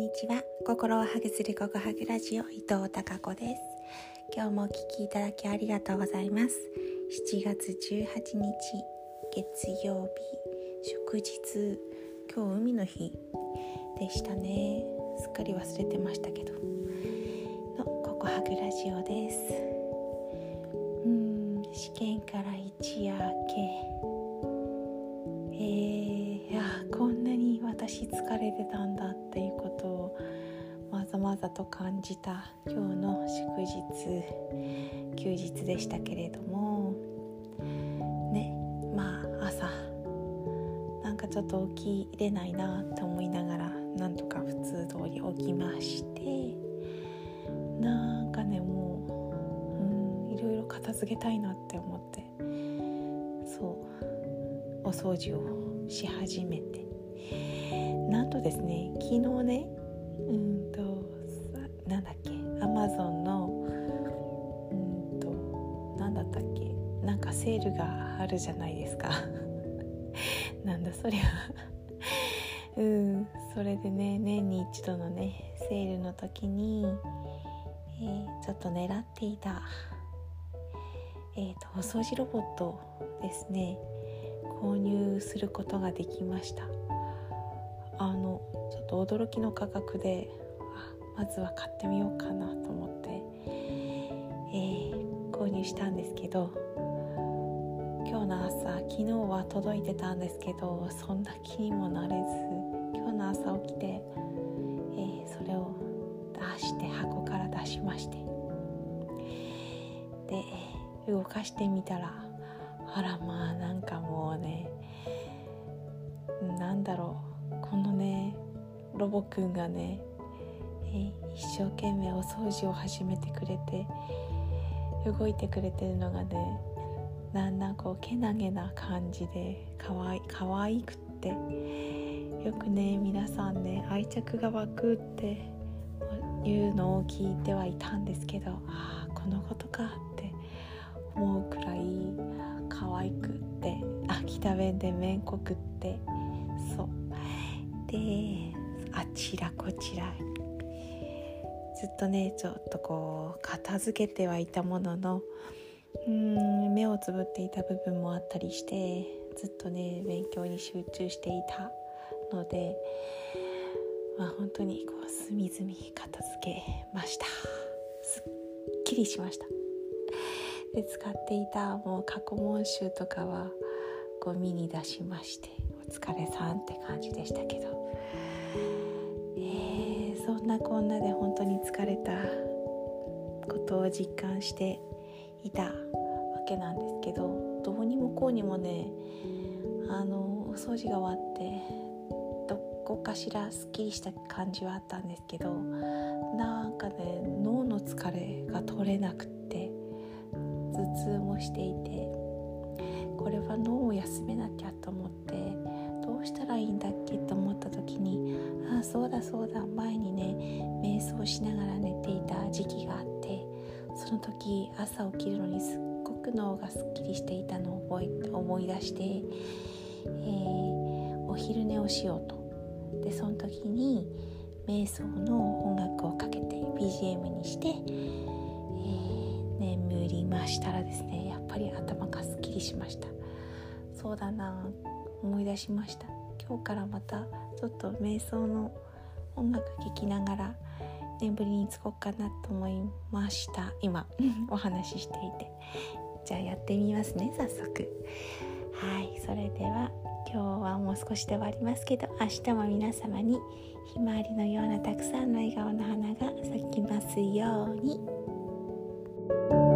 にちは。心をハグするココハグラジオ、伊藤孝子です。今日もお聞きいただきありがとうございます。7月18日月曜日、祝日。今日海の日でしたね。すっかり忘れてましたけどのココハグラジオです。試験から一夜明け、こんなに私疲れてたんだっていうことをまざまざと感じた今日の祝日休日でしたけれどもね、朝なんかちょっと起きれないなって思いながらなんとか普通通り起きまして、なんかねもういろいろ片付けたいなって思って、お掃除をし始めて、なんとですね、昨日ねAmazon のなんだったっけ、なんかセールがあるじゃないですかなんだそりゃそれでね、年に一度のねセールの時に、ちょっと狙っていたお掃除ロボットですね、購入することができました。ちょっと驚きの価格でまずは買ってみようかなと思って、購入したんですけど、今日の朝、昨日は届いてたんですけどそんな気にもなれず、今日の朝起きて、それを出して箱から出しまして、で動かしてみたら、なんかもうね、このねロボくんがね、一生懸命お掃除を始めてくれて動いてくれてるのがね、だんだんこうけなげな感じでかわいくって、よくね皆さんね愛着が湧くっていうのを聞いてはいたんですけど、このことかって思うくらい可愛くって、秋田弁でめんこくって、であちらこちらずっとねちょっとこう片付けてはいたものの、目をつぶっていた部分もあったりして、ずっとね勉強に集中していたので、本当にこう隅々片付けました。すっきりしました。で使っていたもう過去問集とかはゴミに出しまして、お疲れさんって感じでしたけど、そんなこんなで本当に疲れたことを実感していたわけなんですけど、どうにもこうにもねお掃除が終わってどこかしらすっきりした感じはあったんですけど、なんかね脳の疲れが取れなくって頭痛もしていて、これは脳を休めなきゃと思って、どうしたらいいんだっけと思った時に、そうだ前にね瞑想しながら寝ていた時期があって、その時朝起きるのにすっごく脳がすっきりしていたのを思い出して、お昼寝をしようと。でその時に瞑想の音楽をかけて BGM にして、眠りましたらですね、やっぱり頭がすっきりしました。そうだな、思い出しました。今日からまたちょっと瞑想の音楽聴きながら眠りにつこうかなと思いました。今お話ししていて、じゃあやってみますね、早速。それでは今日はもう少しで終わりますけど、明日も皆様にひまわりのようなたくさんの笑顔の花が咲きますように。